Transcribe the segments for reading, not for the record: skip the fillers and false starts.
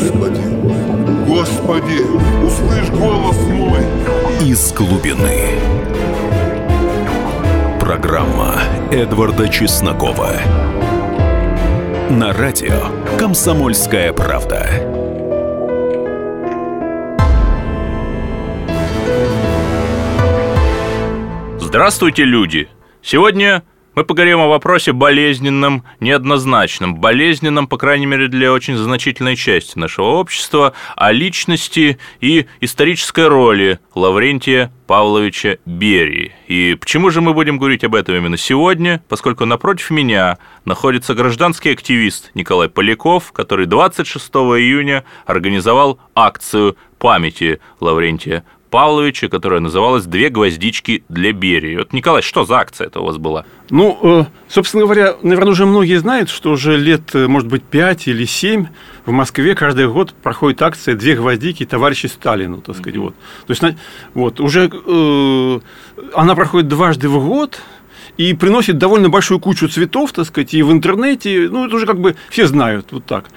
Господи, Господи, услышь голос мой. Из глубины. Программа Эдварда Чеснокова. На радио «Комсомольская правда». Здравствуйте, люди! Сегодня мы поговорим о вопросе болезненном, неоднозначном, болезненном, по крайней мере, для очень значительной части нашего общества, о личности и исторической роли Лаврентия Павловича Берии. И почему же мы будем говорить об этом именно сегодня? Поскольку напротив меня находится гражданский активист Николай Поляков, который 26 июня организовал акцию памяти Лаврентия Павловича, которая называлась «Две гвоздички для Берии». Вот, Николай, что за акция это у вас была? Собственно говоря, наверное, уже многие знают, что уже лет, может быть, 5 или 7 в Москве каждый год проходит акция «Две гвоздики товарищу Сталину», так сказать. Вот. То есть, уже она проходит дважды в год и приносит довольно большую кучу цветов, так сказать, и в интернете, это уже как бы все знают, вот так.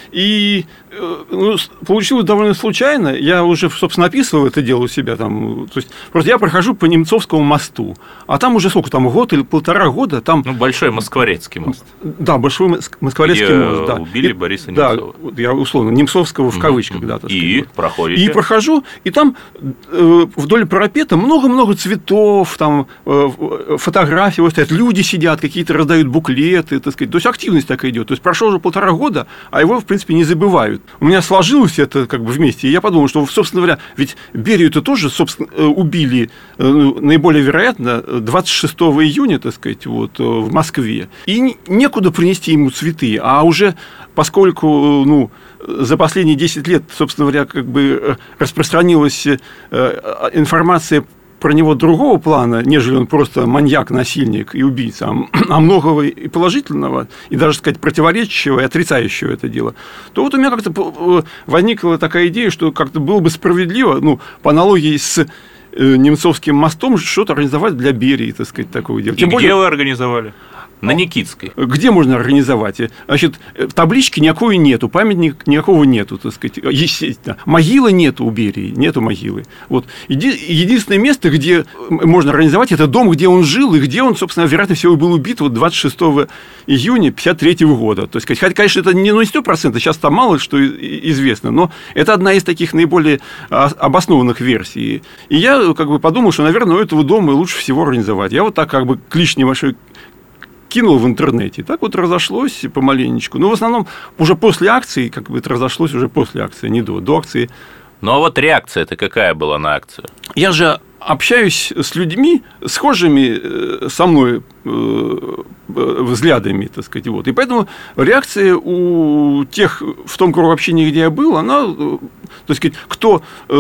И получилось довольно случайно. Я уже, собственно, описывал это дело у себя там. То есть, просто я прохожу по Немцовскому мосту, а там уже сколько там, год или полтора года там. Большой Москворецкий мост. Да, Большой Москворецкий мост. Да. Убили Бориса Немцова. Да, я условно Немцовского в кавычках, да. Так сказать. И проходите. И прохожу, и там вдоль парапета много-много цветов, там фотографии вот стоят, люди сидят, какие-то раздают буклеты, так сказать. То есть активность такая идет. То есть прошло уже полтора года, а его в принципе не забывают. У меня сложилось это как бы вместе, и я подумал, что, собственно говоря, ведь Берию-то тоже, собственно, убили, наиболее вероятно, 26 июня, так сказать, вот, в Москве. И некуда принести ему цветы, а уже поскольку, за последние 10 лет, собственно говоря, как бы распространилась информация про него другого плана, нежели он просто маньяк, насильник и убийца, а многого и положительного, и даже, сказать, противоречащего и отрицающего это дело, то вот у меня как-то возникла такая идея, что как-то было бы справедливо, по аналогии с Немцовским мостом, что-то организовать для Берии, так сказать, такого дела. И где вы организовали? На Никитской. Где можно организовать? Значит, таблички никакой нету, памятника никакого нету, так сказать. Естественно. Могилы нету у Берии, нету могилы. Вот. Единственное место, где можно организовать, это дом, где он жил, и где он, собственно, вероятно всего, был убит 26 июня 1953 года. То есть, хотя, конечно, это не 100%, сейчас там мало что известно, но это одна из таких наиболее обоснованных версий. И я как бы подумал, что, наверное, у этого дома лучше всего организовать. Я вот так как бы клич небольшой кинул в интернете. Так вот разошлось помаленечку. Но в основном уже после акции, как бы это разошлось уже после акции, не до акции. Ну, а вот реакция-то какая была на акцию? Я же общаюсь с людьми, схожими со мной взглядами, так сказать, вот. И поэтому реакция у тех, в том кругу общения, где я был, она, так сказать, кто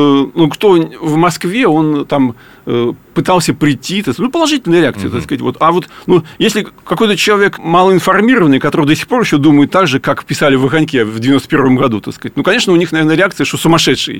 в Москве, он там пытался прийти, положительная реакция, так сказать, вот. А вот, если какой-то человек малоинформированный, который до сих пор еще думает так же, как писали в «Огоньке» в 91 году, так сказать, конечно, у них, наверное, реакция, что сумасшедший.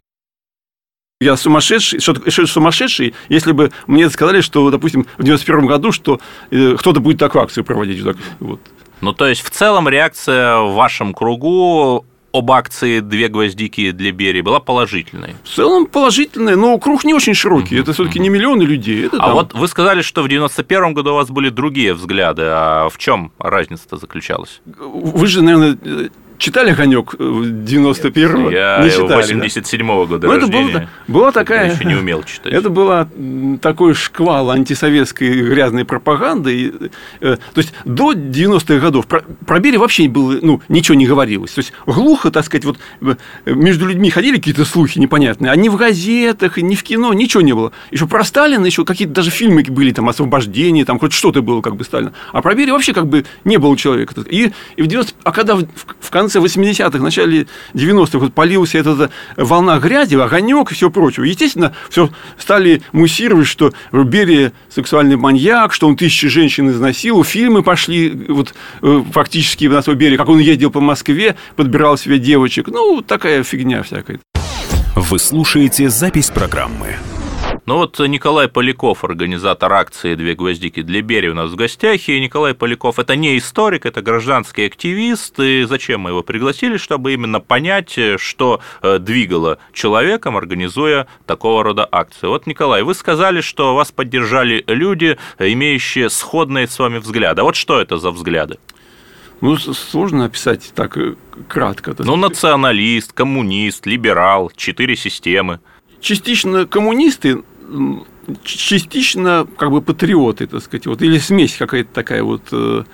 Я сумасшедший, что сумасшедший, если бы мне сказали, что, допустим, в 91 году, что кто-то будет такую акцию проводить. Вот. То есть, в целом, реакция в вашем кругу об акции «Две гвоздики для Берии» была положительной? В целом положительная, но круг не очень широкий. Это все-таки не миллионы людей. Вот вы сказали, что в 91 году у вас были другие взгляды. А в чем разница-то заключалась? Вы же, наверное, читали «Огонёк» 91-го? Я 87-го года рождения. Это была такая... Я еще не умел читать. Это была такой шквал антисоветской грязной пропаганды. То есть, до 90-х годов про Берию вообще было, ничего не говорилось. То есть, глухо, так сказать, вот между людьми ходили какие-то слухи непонятные, а ни в газетах, ни в кино, ничего не было. Еще про Сталина, еще какие-то даже фильмы были, там, «Освобождение», там, хоть что-то было, как бы, Сталина. А про Берию вообще, как бы, не было человека. А когда в конце 80-х, в начале 90-х вот полилась эта волна грязи, «Огонёк» и все прочее. Естественно, все стали муссировать, что Берия сексуальный маньяк, что он 1000 женщин изнасиловал. Фильмы пошли вот, фактически на свой берег, как он ездил по Москве, подбирал себе девочек. Такая фигня всякая. Вы слушаете запись программы. Ну вот Николай Поляков, организатор акции «Две гвоздики для Берии», у нас в гостях, и Николай Поляков – это не историк, это гражданский активист, и зачем мы его пригласили? Чтобы именно понять, что двигало человеком, организуя такого рода акции. Вот, Николай, вы сказали, что вас поддержали люди, имеющие сходные с вами взгляды. А вот что это за взгляды? Ну, сложно описать так кратко. Ну, националист, коммунист, либерал, 4 системы. Частично коммунисты, частично как бы патриоты, так сказать, вот, или смесь какая-то такая вот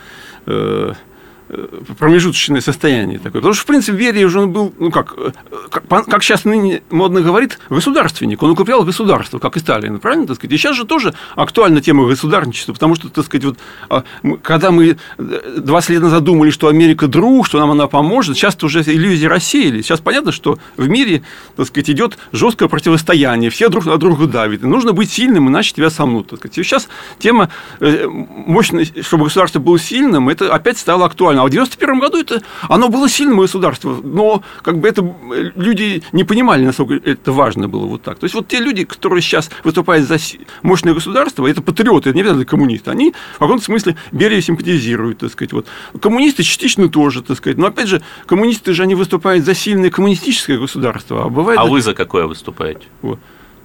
промежуточное состояние такое. Потому что, в принципе, Берия уже он был, ну, как сейчас ныне модно говорит, государственник. Он укреплял государство, как и Сталин, правильно, так сказать? И сейчас же тоже актуальна тема государничества, потому что, так сказать, вот, когда мы 20 лет назад думали, что Америка друг, что нам она поможет, сейчас уже иллюзии рассеялись. Сейчас понятно, что в мире, так сказать, идет жесткое противостояние, все друг на друга давят. И нужно быть сильным, иначе тебя сомнут. Так сказать. И сейчас тема мощности, чтобы государство было сильным, это опять стало актуально. А в 1991 году оно было сильным государством, но как бы это люди не понимали, насколько это важно было вот так. То есть вот те люди, которые сейчас выступают за мощное государство, это патриоты, это не обязательно коммунисты, они в каком-то смысле Берию симпатизируют, так сказать. Вот. Коммунисты частично тоже, так сказать, но опять же, коммунисты же они выступают за сильное коммунистическое государство, а бывает... А вы за какое выступаете? Вот.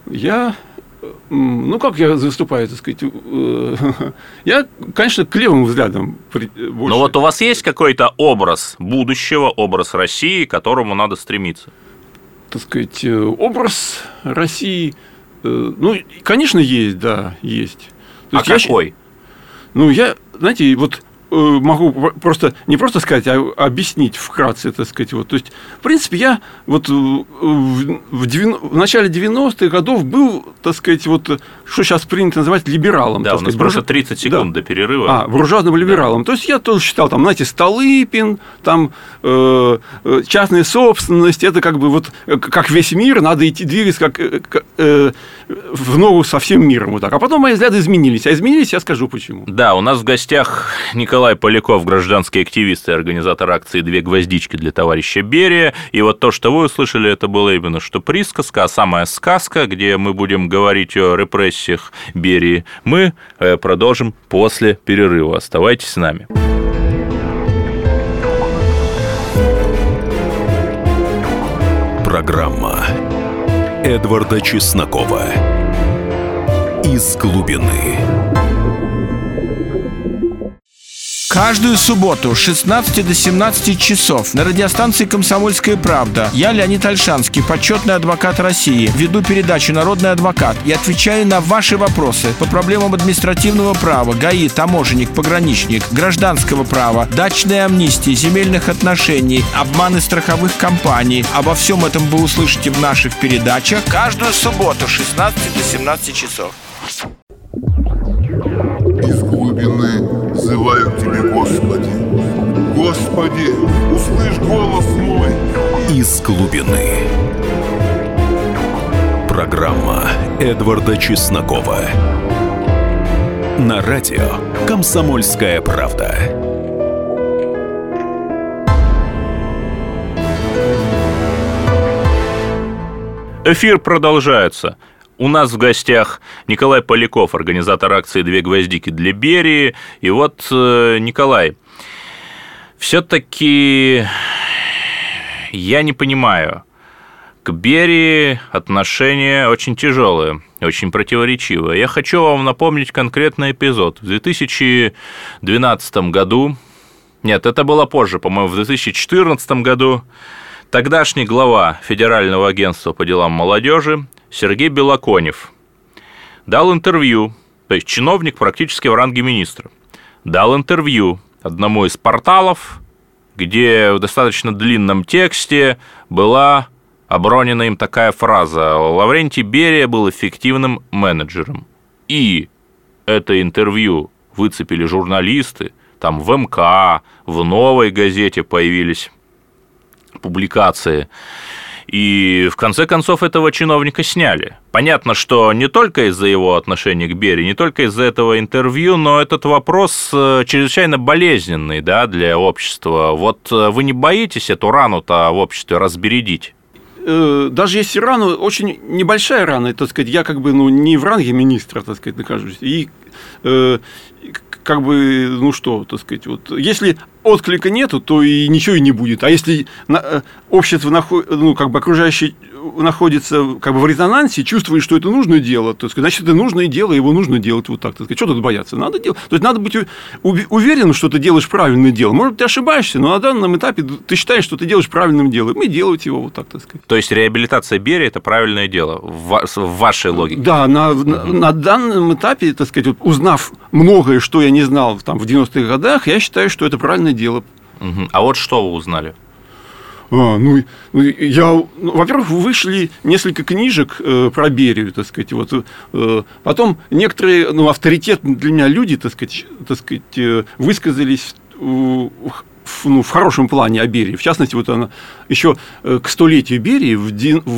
Ну, как я выступаю, так сказать, я, конечно, к левым взглядам больше. Но вот у вас есть какой-то образ будущего, образ России, к которому надо стремиться? Так сказать, образ России, ну, конечно, есть, да, есть. То есть какой? Знаете, вот могу не просто сказать, а объяснить вкратце, так сказать. Вот. То есть, в принципе, я вот в начале 90-х годов был, так сказать, вот, что сейчас принято называть либералом. Да, у нас просто 30 секунд до перерыва. Буржуазным либералом. Да. То есть, я тоже считал, там, знаете, Столыпин, там, частная собственность, это как бы вот, как весь мир, надо идти двигаться в ногу со всем миром. Вот так. А потом мои взгляды изменились. А изменились, я скажу почему. Да, у нас в гостях Николай Поляков, гражданский активист и организатор акции «Две гвоздички для товарища Берия». И вот то, что вы услышали, это было именно что присказка, а самая сказка, где мы будем говорить о репрессиях Берии, мы продолжим после перерыва. Оставайтесь с нами. Программа Эдварда Чеснокова «Из глубины». Каждую субботу с 16 до 17 часов на радиостанции «Комсомольская правда» я, Леонид Ольшанский, почетный адвокат России, веду передачу «Народный адвокат» и отвечаю на ваши вопросы по проблемам административного права, ГАИ, таможенник, пограничник, гражданского права, дачной амнистии, земельных отношений, обманы страховых компаний. Обо всем этом вы услышите в наших передачах каждую субботу с 16 до 17 часов. Из глубины взываю к Тебе, Господи. Господи, услышь голос мой. Из глубины. Программа Эдварда Чеснокова. На радио «Комсомольская правда». Эфир продолжается. У нас в гостях Николай Поляков, организатор акции «Две гвоздики для Берии». И вот, Николай, все-таки я не понимаю, к Берии отношение очень тяжелое, очень противоречивое. Я хочу вам напомнить конкретный эпизод. В 2012 году, нет, это было позже, по-моему, в 2014 году, тогдашний глава Федерального агентства по делам молодежи Сергей Белоконев дал интервью, то есть чиновник практически в ранге министра, дал интервью одному из порталов, где в достаточно длинном тексте была обронена им такая фраза: «Лаврентий Берия был эффективным менеджером». И это интервью выцепили журналисты, там в МК, в «Новой газете» появились публикации. И в конце концов этого чиновника сняли. Понятно, что не только из-за его отношения к Берии, не только из-за этого интервью, но этот вопрос чрезвычайно болезненный, да, для общества. Вот вы не боитесь эту рану-то в обществе разбередить? даже если рана очень небольшая рана, так сказать, я как бы не в ранге министра, так сказать, нахожусь, и как бы, так сказать, вот, если отклика нету, то и ничего и не будет. А если общество, как бы окружающее находится как бы в резонансе, чувствует, что это нужное дело, то, значит, это нужное дело, его нужно делать вот так. Что тут бояться? Надо делать. То есть надо быть уверенным, что ты делаешь правильное дело. Может, ты ошибаешься, но на данном этапе ты считаешь, что ты делаешь правильным делом, и делать его вот так, так сказать. То есть реабилитация Берии – это правильное дело в вашей логике? Да, на данном этапе, так сказать, вознав многое, что я не знал там, в 90-х годах, я считаю, что это правильное дело. А вот что вы узнали? Во-первых, вышли несколько книжек про Берию, так сказать, вот, потом некоторые, авторитетные для меня люди, так сказать, высказались в хорошем плане о Берии. В частности, вот она еще к столетию Берии в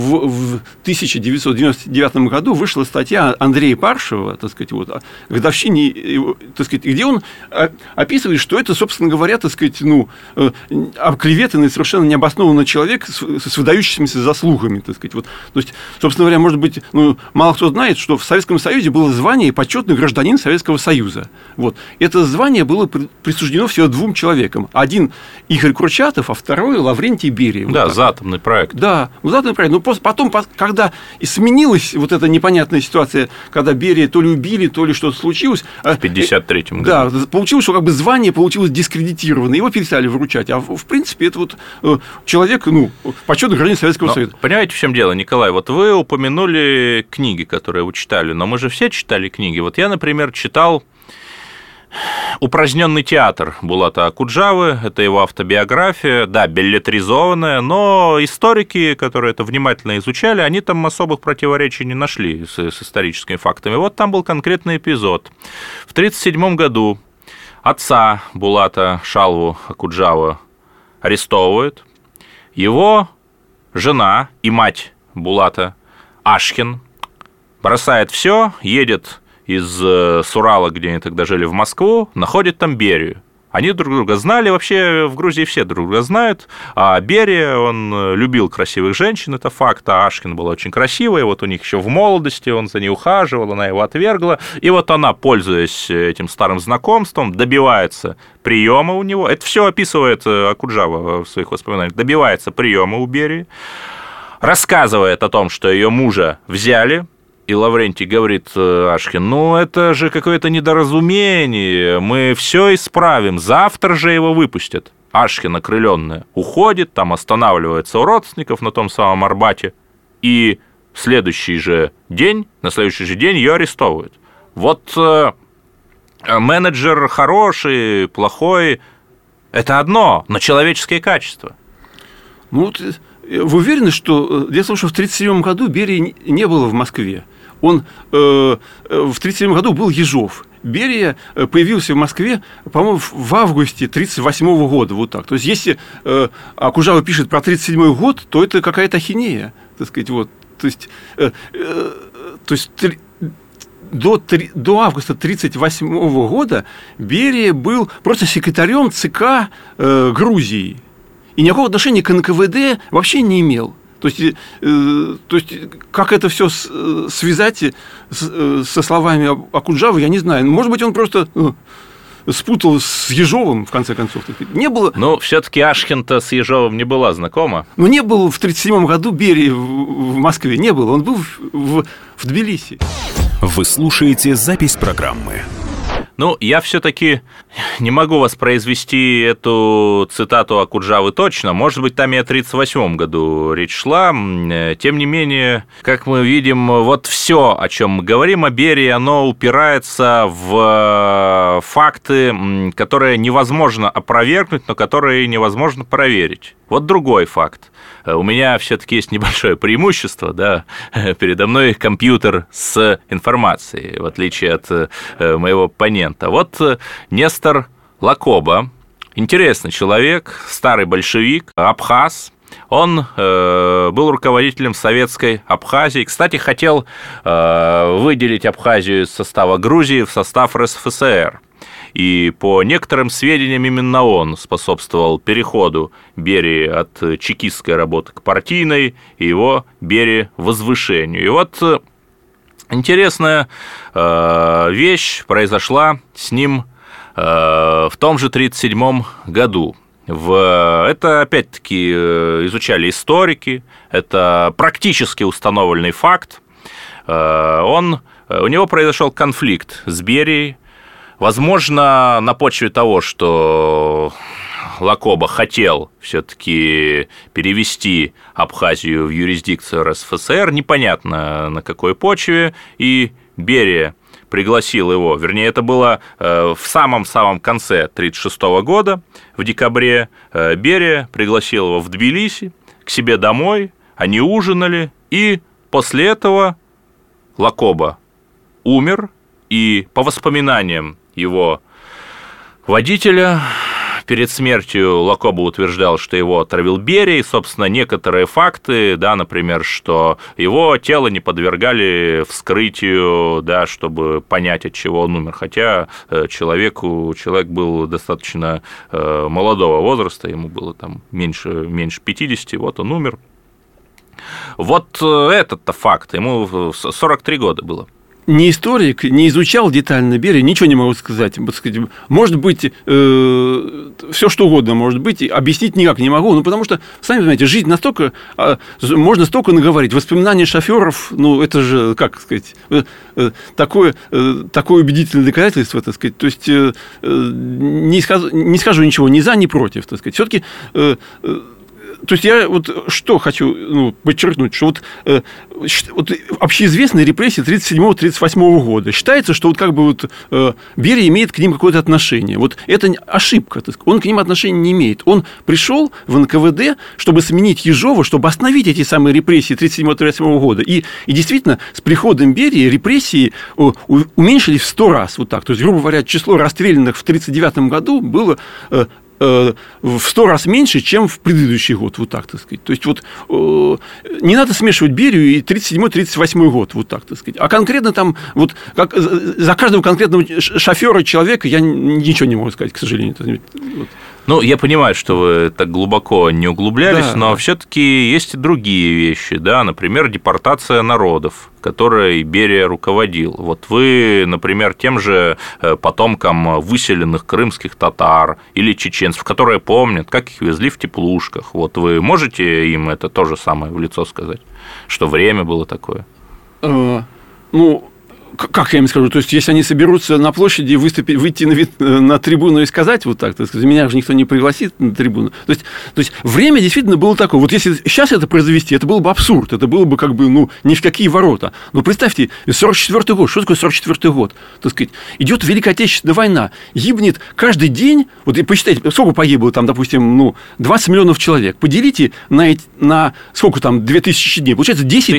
1999 году вышла статья Андрея Паршева, так сказать, вот, к годовщине, так сказать, где он описывает, что это, собственно говоря, так сказать, оклеветанный, совершенно необоснованный человек с выдающимися заслугами, так сказать. Вот. То есть, собственно говоря, может быть, мало кто знает, что в Советском Союзе было звание почетный гражданин Советского Союза. Вот. Это звание было присуждено всего 2 человекам. Один Игорь Курчатов, а второй Лаврентий Берия. Да, за атомный проект. Да, за атомный проект. Но потом, когда сменилась вот эта непонятная ситуация, когда Берия то ли убили, то ли что-то случилось. В 1953 году. Да, получилось, что как бы звание получилось дискредитировано, его перестали вручать. А в принципе это вот человек, почетный гражданин Советского Союза. Понимаете, в чем дело, Николай? Вот вы упомянули книги, которые вы читали, но мы же все читали книги. Вот я, например, читал «Упраздненный театр» Булата Акуджавы, это его автобиография, да, беллетризованная, но историки, которые это внимательно изучали, они там особых противоречий не нашли с историческими фактами. Вот там был конкретный эпизод. В 1937 году отца Булата Шалву Акуджавы арестовывают, его жена и мать Булата Ашкин бросает все, едет из Сурала, где они тогда жили, в Москву, находит там Берию. Они друг друга знали, вообще в Грузии все друг друга знают, а Берия, он любил красивых женщин, это факт, а Ашкин была очень красивая, вот у них еще в молодости он за ней ухаживал, она его отвергла, и вот она, пользуясь этим старым знакомством, добивается приема у него, это все описывает Акуджава в своих воспоминаниях, добивается приема у Берии, рассказывает о том, что ее мужа взяли. И Лаврентий говорит Ашкин, это же какое-то недоразумение, мы все исправим, завтра же его выпустят. Ашкин, окрыленная, уходит, там останавливается у родственников на том самом Арбате, и на следующий же день ее арестовывают. Вот менеджер хороший, плохой, это одно, но человеческие качества. Вы уверены, что дело в том, что в 1937 году Берии не было в Москве? Он в 1937 году был Ежов. Берия появился в Москве, по-моему, в августе 1938 года. Вот так. То есть, если Акуджава пишет про 1937 год, то это какая-то ахинея. Так сказать, вот. То есть до августа 1938 года Берия был просто секретарем ЦК Грузии. И никакого отношения к НКВД вообще не имел. То есть как это все связать со словами Акуджавы, я не знаю. Может быть, он просто спутал с Ежовым, в конце концов. Не было... Но все-таки Ашкин-то с Ежовым не была знакома. Не был в 1937 году Берии в Москве. Не был. Он был в Тбилиси. Вы слушаете запись программы. Я все-таки не могу воспроизвести эту цитату Акуджавы точно. Может быть, там и о 1938 году речь шла. Тем не менее, как мы видим, вот все, о чем мы говорим о Берии, оно упирается в факты, которые невозможно опровергнуть, но которые невозможно проверить. Вот другой факт. У меня все-таки есть небольшое преимущество, да, передо мной компьютер с информацией, в отличие от моего оппонента. Вот Нестор Лакоба, интересный человек, старый большевик, абхаз. Он был руководителем советской Абхазии. Кстати, хотел выделить Абхазию из состава Грузии в состав РСФСР. и по некоторым сведениям именно он способствовал переходу Берии от чекистской работы к партийной и его Берии возвышению. И вот интересная вещь произошла с ним в том же 1937 году. Это, опять-таки, изучали историки, это практически установленный факт. У него произошел конфликт с Берией, возможно, на почве того, что Лакоба хотел все-таки перевести Абхазию в юрисдикцию РСФСР, непонятно на какой почве, и Берия пригласил его, вернее, это было в самом-самом конце 1936 года, в декабре, Берия пригласил его в Тбилиси, к себе домой, они ужинали, и после этого Лакоба умер, и по воспоминаниям его водителя, перед смертью Лакоба утверждал, что его отравил Берия, и, собственно, некоторые факты, да, например, что его тело не подвергали вскрытию, да, чтобы понять, от чего он умер, хотя человек был достаточно молодого возраста, ему было там меньше 50, вот он умер. Вот этот-то факт, ему 43 года было. Не историк, не изучал детально Берию, ничего не могу сказать. Может быть, все что угодно может быть, объяснить никак не могу, потому что, сами понимаете, жизнь настолько, можно столько наговорить. Воспоминания шоферов, это же, как сказать, такое убедительное доказательство, так сказать. То есть, не скажу ничего ни за, ни против, так сказать. Все-таки... То есть я вот что хочу подчеркнуть, что вот общеизвестные репрессии 1937-1938 года. Считается, что Берия имеет к ним какое-то отношение. Вот это ошибка. Он к ним отношения не имеет. Он пришел в НКВД, чтобы сменить Ежова, чтобы остановить эти самые репрессии 1937-1938 года. И действительно, с приходом Берии репрессии уменьшились в 100 раз. Вот так. То есть, грубо говоря, число расстрелянных в 1939 году было... в 100 раз меньше, чем в предыдущий год, вот так, так сказать. То есть, не надо смешивать Берию и 1937-1938 год, вот так, так сказать. А конкретно там, как за каждого конкретного шофера, человека я ничего не могу сказать, к сожалению. Я понимаю, что вы так глубоко не углублялись, да, но все-таки есть и другие вещи, да, например, депортация народов, которой Берия руководил. Вот вы, например, тем же потомкам выселенных крымских татар или чеченцев, которые помнят, как их везли в теплушках, вот вы можете им это то же самое в лицо сказать, что время было такое? Как я им скажу? То есть, если они соберутся на площади, выйти на трибуну и сказать вот так, меня же никто не пригласит на трибуну. То есть время действительно было такое. Вот если сейчас это произвести, это был бы абсурд, это было бы ни в какие ворота. Но представьте, 44-й год, что такое 44-й год? Так сказать, идет Великая Отечественная война, гибнет каждый день, вот и посчитайте, сколько погибло там, допустим, 20 миллионов человек. Поделите на сколько там, 2000 дней, получается 10...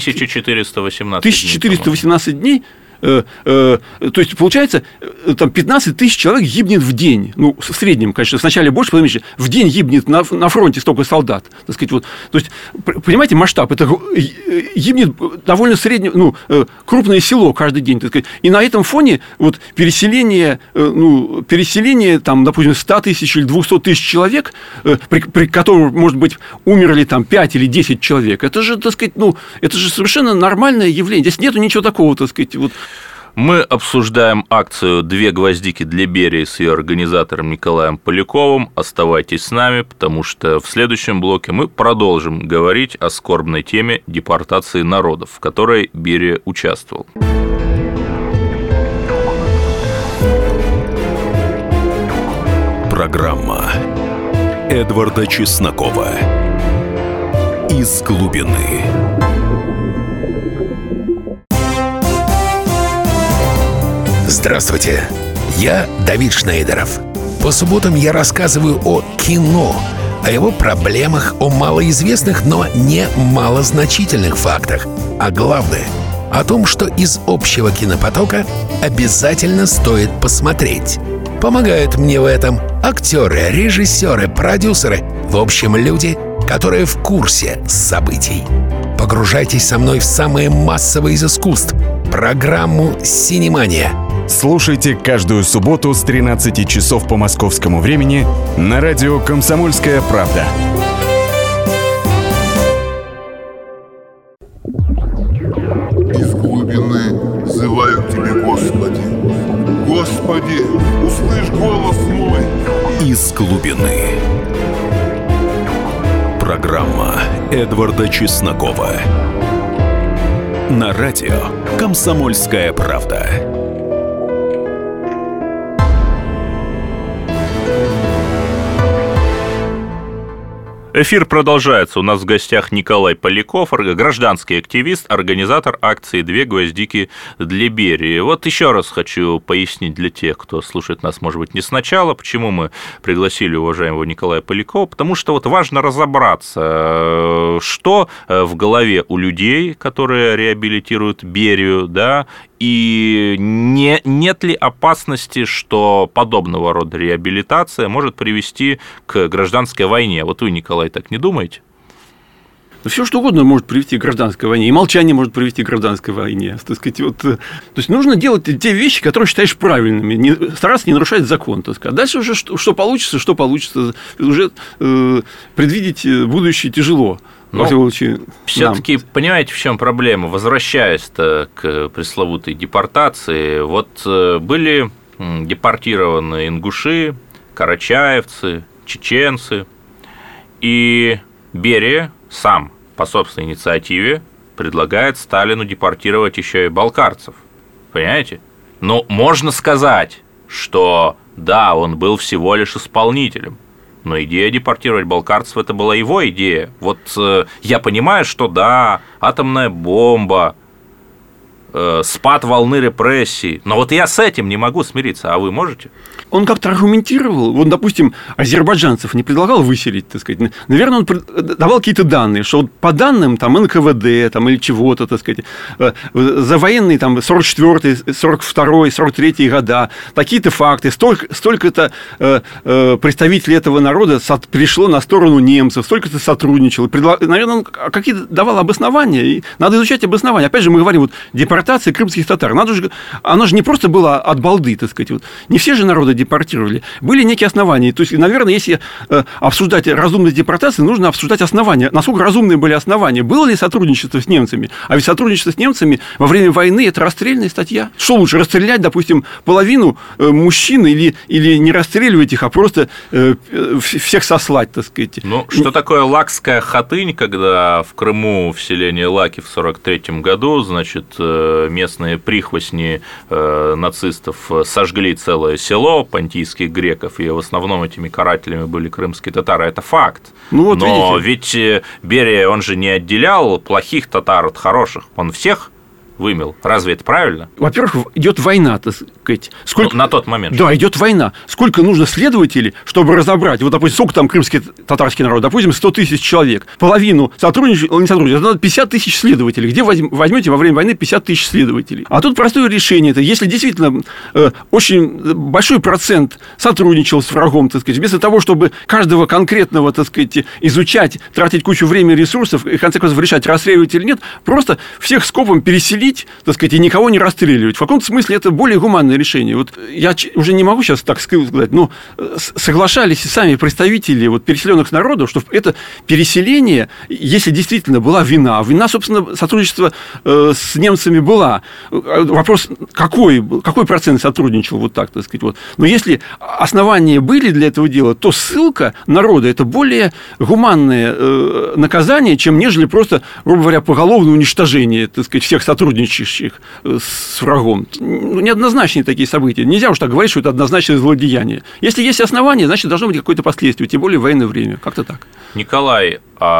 1418 дней. То есть, получается, там 15 тысяч человек гибнет в день. В среднем, конечно, сначала больше, потом меньше. В день гибнет на фронте столько солдат. Так сказать, то есть, понимаете, масштаб. Это гибнет довольно среднее, крупное село каждый день. Так сказать. И на этом фоне переселение там, допустим, 100 тысяч или 200 тысяч человек, при котором, может быть, умерли там 5 или 10 человек, это же, так сказать, это же совершенно нормальное явление. Здесь нету ничего такого, так сказать, Мы обсуждаем акцию «Две гвоздики для Берии» с ее организатором Николаем Поляковым. Оставайтесь с нами, потому что в следующем блоке мы продолжим говорить о скорбной теме депортации народов, в которой Берия участвовал. Программа Эдварда Чеснокова «Из глубины». Здравствуйте, я Давид Шнейдеров. По субботам я рассказываю о кино, о его проблемах, о малоизвестных, но не малозначительных фактах. А главное, о том, что из общего кинопотока обязательно стоит посмотреть. Помогают мне в этом актеры, режиссеры, продюсеры, в общем, люди, которые в курсе событий. Погружайтесь со мной в самое массовое из искусств — программу «Синемания». Слушайте каждую субботу с 13 часов по московскому времени на радио «Комсомольская правда». Из глубины взываю к Тебе, Господи. Господи, услышь голос мой. Из глубины. Программа Эдварда Чеснокова. На радио «Комсомольская правда». Эфир продолжается. У нас в гостях Николай Поляков, гражданский активист, организатор акции «Две гвоздики для Берии». Вот еще раз хочу пояснить для тех, кто слушает нас, может быть, не сначала, почему мы пригласили уважаемого Николая Полякова, потому что вот важно разобраться, что в голове у людей, которые реабилитируют Берию, да, и нет ли опасности, что подобного рода реабилитация может привести к гражданской войне? Вот вы, Николай, так не думаете? Все что угодно может привести к гражданской войне, и молчание может привести к гражданской войне. Так сказать, вот, то есть нужно делать те вещи, которые считаешь правильными, стараться не нарушать закон. Так сказать. А дальше уже что получится, уже предвидеть будущее тяжело. Все-таки понимаете, в чем проблема? Возвращаясь-то к пресловутой депортации, вот были депортированы ингуши, карачаевцы, чеченцы, и Берия сам по собственной инициативе предлагает Сталину депортировать еще и балкарцев. Понимаете? Но можно сказать, что да, он был всего лишь исполнителем. Но идея депортировать балкарцев – это была его идея. Вот я понимаю, что да, атомная бомба, спад волны репрессий, но вот я с этим не могу смириться, а вы можете? Он как-то аргументировал, вот, допустим, азербайджанцев не предлагал выселить, так сказать, наверное, он давал какие-то данные, что вот по данным там НКВД там, или чего-то, так сказать, за военные там 44-й, 42-й, 43-й года, такие-то факты, столько-то представителей этого народа перешло на сторону немцев, столько-то сотрудничало, наверное, он какие-то давал обоснования, и надо изучать обоснования. Опять же, мы говорим, вот депортация крымских татар, она же не просто была от балды, так сказать, вот. Не все же народы депортировали. Были некие основания. То есть, наверное, если обсуждать разумность депортации, нужно обсуждать основания. Насколько разумные были основания? Было ли сотрудничество с немцами? А ведь сотрудничество с немцами во время войны – это расстрельная статья. Что лучше, расстрелять, допустим, половину мужчин или не расстреливать их, а просто всех сослать, так сказать? Ну, что такое Лакская хатынь, когда в Крыму, в селении Лаки в 1943 году, значит, местные прихвостни нацистов сожгли целое село понтийских греков, и в основном этими карателями были крымские татары, это факт. Ну, вот но видите. Ведь Берия, он же не отделял плохих татар от хороших, он всех вымел. Разве это правильно? Во-первых, идет война, так сказать. На тот момент. Да, идет война. Сколько нужно следователей, чтобы разобрать? Вот, допустим, сколько там крымский татарский народ? Допустим, 100 тысяч человек. Половину сотрудничают, не сотрудничают. Это надо 50 тысяч следователей. Где возьмете во время войны 50 тысяч следователей? А тут простое решение. Это если действительно очень большой процент сотрудничал с врагом, так сказать, вместо того, чтобы каждого конкретного, так сказать, изучать, тратить кучу времени и ресурсов, и в конце концов решать, расстреливать или нет, просто всех скопом переселить, так сказать, и никого не расстреливать. В каком-то смысле это более гуманное решение. Вот я уже не могу сейчас так сказать, но соглашались и сами представители вот переселенных народов, что это переселение, если действительно была вина, собственно, сотрудничество с немцами была. Вопрос, какой процент сотрудничал, вот так, так сказать. Вот. Но если основания были для этого дела, то ссылка народа – это более гуманное наказание, чем нежели просто, грубо говоря, поголовное уничтожение, так сказать, всех сотрудничающих с врагом. Неоднозначные такие события. Нельзя уж так говорить, что это однозначное злодеяние. Если есть основания, значит, должно быть какое-то последствие, тем более в военное время. Как-то так. Николай,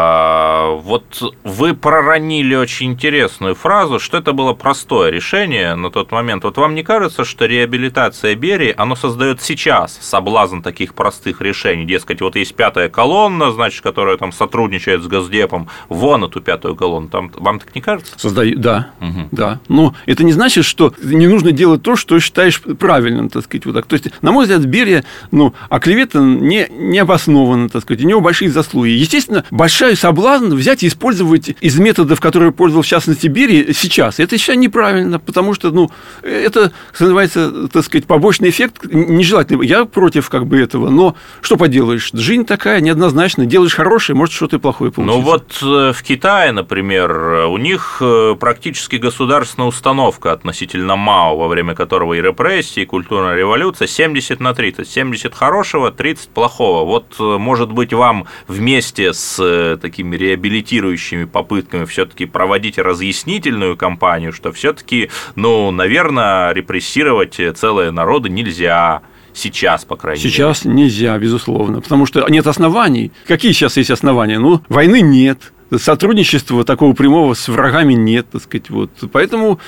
вот вы проронили очень интересную фразу, что это было простое решение на тот момент. Вот вам не кажется, что реабилитация Берии, оно создает сейчас соблазн таких простых решений? Дескать, вот есть пятая колонна, значит, которая там сотрудничает с Госдепом, вон эту пятую колонну. Там, вам так не кажется? Создают, да. Угу. Да. Но это не значит, что не нужно делать то, что считаешь правильным, так сказать, вот так. То есть, на мой взгляд, Берия, оклеветан необоснованно, так сказать, у него большие заслуги. Естественно, большой соблазн взять и использовать из методов, которые пользовался, в частности, Берия сейчас. Это считаю неправильно, потому что, это, что называется, так сказать, побочный эффект нежелательный. Я против этого, но что поделаешь? Жизнь такая неоднозначная. Делаешь хорошее, может, что-то и плохое получится. В Китае, например, у них практически государственная установка относительно Мао, во время которого и репрессии, и культурная революция, 70/30. 70 хорошего, 30 плохого. Может быть, вам вместе с такими реабилитирующими попытками все-таки проводить разъяснительную кампанию, что все-таки, наверное, репрессировать целые народы нельзя. Сейчас, по крайней мере. Сейчас нельзя, безусловно, потому что нет оснований. Какие сейчас есть основания? Войны нет. Сотрудничества такого прямого с врагами нет, так сказать. Поэтому,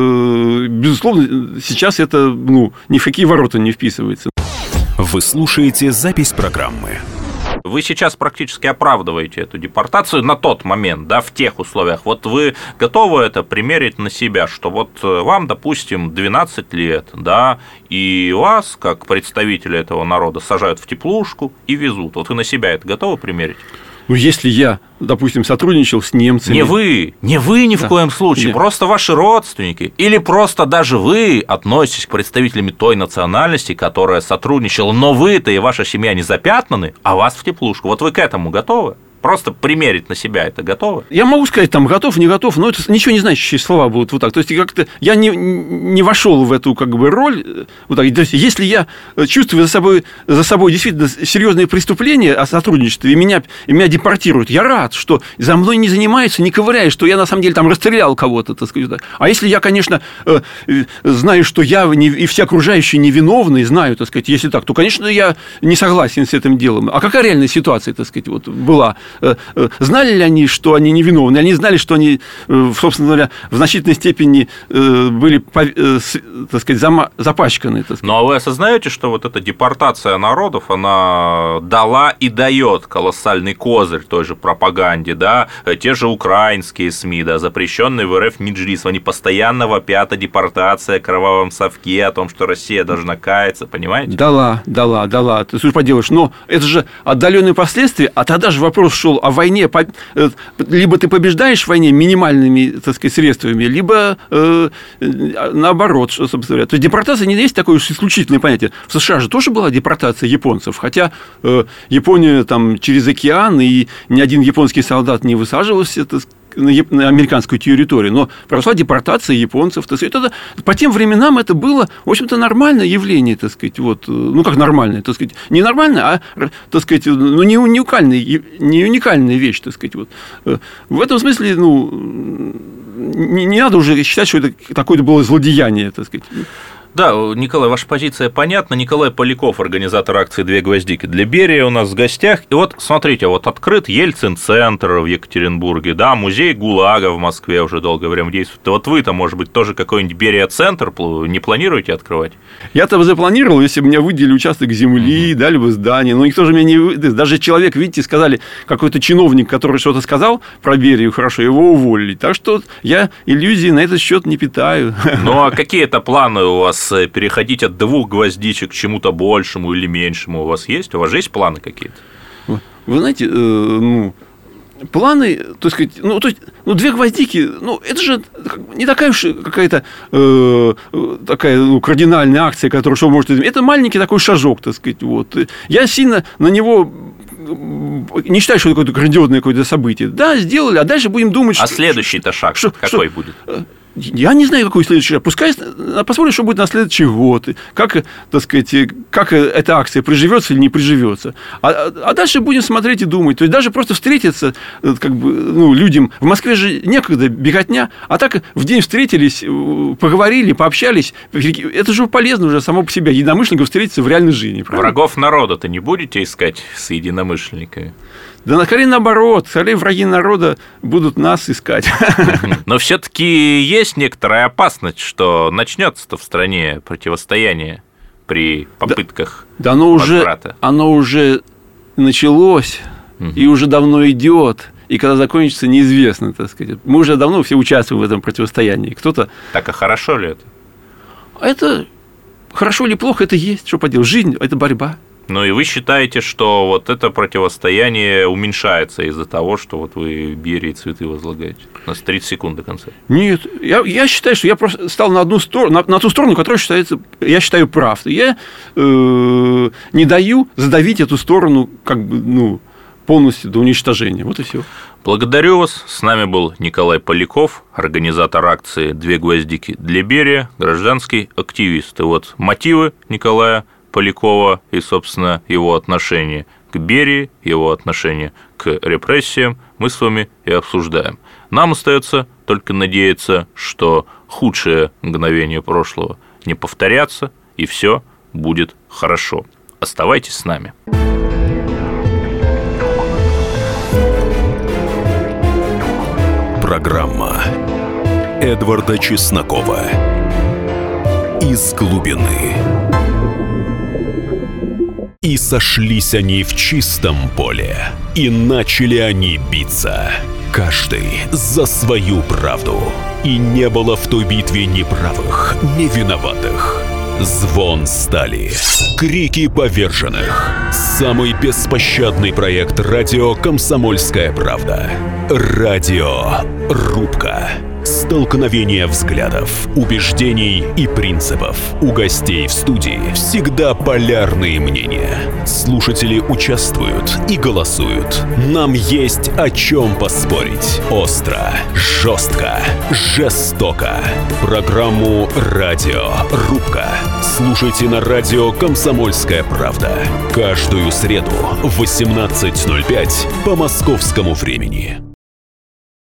безусловно, сейчас это ни в какие ворота не вписывается. Вы слушаете запись программы. Вы сейчас практически оправдываете эту депортацию на тот момент, в тех условиях. Вы готовы это примерить на себя, что вам, допустим, 12 лет, и вас, как представителя этого народа, сажают в теплушку и везут. Вы на себя это готовы примерить? Если я, допустим, сотрудничал с немцами... Не вы ни в коем случае, просто ваши родственники, или просто даже вы относитесь к представителям той национальности, которая сотрудничала, но вы-то и ваша семья не запятнаны, а вас в теплушку. Вы к этому готовы? Просто примерить на себя это готовы? Я могу сказать, готов, не готов, но это ничего не значащие слова будут так. То есть, как-то я не вошел в эту роль. То есть, если я чувствую за собой действительно серьезные преступления о сотрудничестве, и меня депортируют, я рад, что за мной не занимаются, не ковыряют, что я на самом деле расстрелял кого-то, так сказать. А если я, конечно, знаю, что я и все окружающие невиновны, знаю, так сказать, если так, то, конечно, я не согласен с этим делом. А какая реальная ситуация, так сказать, была? Знали ли они, что они невиновны? Они знали, что они, собственно говоря, в значительной степени были, так сказать, запачканы. Так сказать. А вы осознаете, что эта депортация народов, она дала и дает колоссальный козырь той же пропаганде, те же украинские СМИ, запрещенные в РФ Меджлис, они постоянно вопят о депортации, о кровавом совке, о том, что Россия должна каяться, понимаете? Дала. Ты что поделаешь? Но это же отдаленные последствия, а тогда же вопрос шел о войне, либо ты побеждаешь в войне минимальными, так сказать, средствами, либо наоборот, что, собственно говоря. То есть депортация не есть такое уж исключительное понятие. В США же тоже была депортация японцев, хотя Япония через океан, и ни один японский солдат не высаживался, на американскую территорию, но прошла депортация японцев, так сказать. По тем временам это было, в общем-то, нормальное явление, так сказать, как нормальное, так сказать, не нормальное, а, так сказать, не уникальная вещь, так сказать, В этом смысле, не надо уже считать, что это такое-то было злодеяние, так сказать. Да, Николай, ваша позиция понятна. Николай Поляков, организатор акции «Две гвоздики для Берии», у нас в гостях. И смотрите, открыт Ельцин-центр в Екатеринбурге, музей ГУЛАГа в Москве уже долгое время действует. Вы-то, может быть, тоже какой-нибудь Берия-центр не планируете открывать? Я-то запланировал, если бы мне выделили участок земли, дали бы здание, но никто же меня не выдаст. Даже человек, видите, сказали, какой-то чиновник, который что-то сказал про Берию, хорошо, его уволили. Так что я иллюзий на этот счет не питаю. А какие это планы у вас? Переходить от 2 гвоздичек к чему-то большему или меньшему у вас есть? У вас же есть планы какие-то? Вы знаете, планы, так сказать, 2 гвоздики, это же не такая уж какая-то такая кардинальная акция, которая что может изменить. Это маленький такой шажок, так сказать. Я сильно на него не считаю, что это какое-то грандиозное какое-то событие. Да, сделали, а дальше будем думать, что... А следующий-то шаг какой будет? Я не знаю, какой следующий шаг. Пускай посмотрим, что будет на следующий год, как, так сказать, как эта акция приживется или не приживется. А дальше будем смотреть и думать. То есть даже просто встретиться, людям. В Москве же некогда беготня, а так в день встретились, поговорили, пообщались. Это же полезно уже само по себе. Единомышленников встретиться в реальной жизни. Правильно? Врагов народа-то не будете искать с единомышленниками? Да, скорее наоборот, скорее враги народа будут нас искать. Но все-таки есть некоторая опасность, что начнется-то в стране противостояние при попытках возврата. Оно уже началось и уже давно идет. и когда закончится, неизвестно, так сказать. Мы уже давно все участвуем в этом противостоянии. Кто-то... Так, а хорошо ли это? Это хорошо или плохо, это есть, что поделать. Жизнь – это борьба. Ну и вы считаете, что вот это противостояние уменьшается из-за того, что вот вы Берии цветы возлагаете? У нас 30 секунд до конца. Нет, я считаю, что я просто стал на одну сторону, на ту сторону, которая считается, я считаю, прав. Я не даю задавить эту сторону как бы, полностью до уничтожения. Вот и все. Благодарю вас. С нами был Николай Поляков, организатор акции «Две гвоздики для Берия», гражданский активист. И вот мотивы Николая Полякова и, собственно, его отношение к Берии, его отношение к репрессиям мы с вами и обсуждаем. Нам остается только надеяться, что худшие мгновения прошлого не повторятся, и все будет хорошо. Оставайтесь с нами. Программа Эдварда Чеснокова «Из глубины». И сошлись они в чистом поле, и начали они биться, каждый за свою правду. И не было в той битве ни правых, ни виноватых. Звон стали, крики поверженных. Самый беспощадный проект радио «Комсомольская правда». Радиорубка. Столкновение взглядов, убеждений и принципов. У гостей в студии всегда полярные мнения. Слушатели участвуют и голосуют. Нам есть о чем поспорить. Остро, жестко, жестоко. Программу «Радиорубка» слушайте на радио «Комсомольская правда». Каждую среду в 18:05 по московскому времени.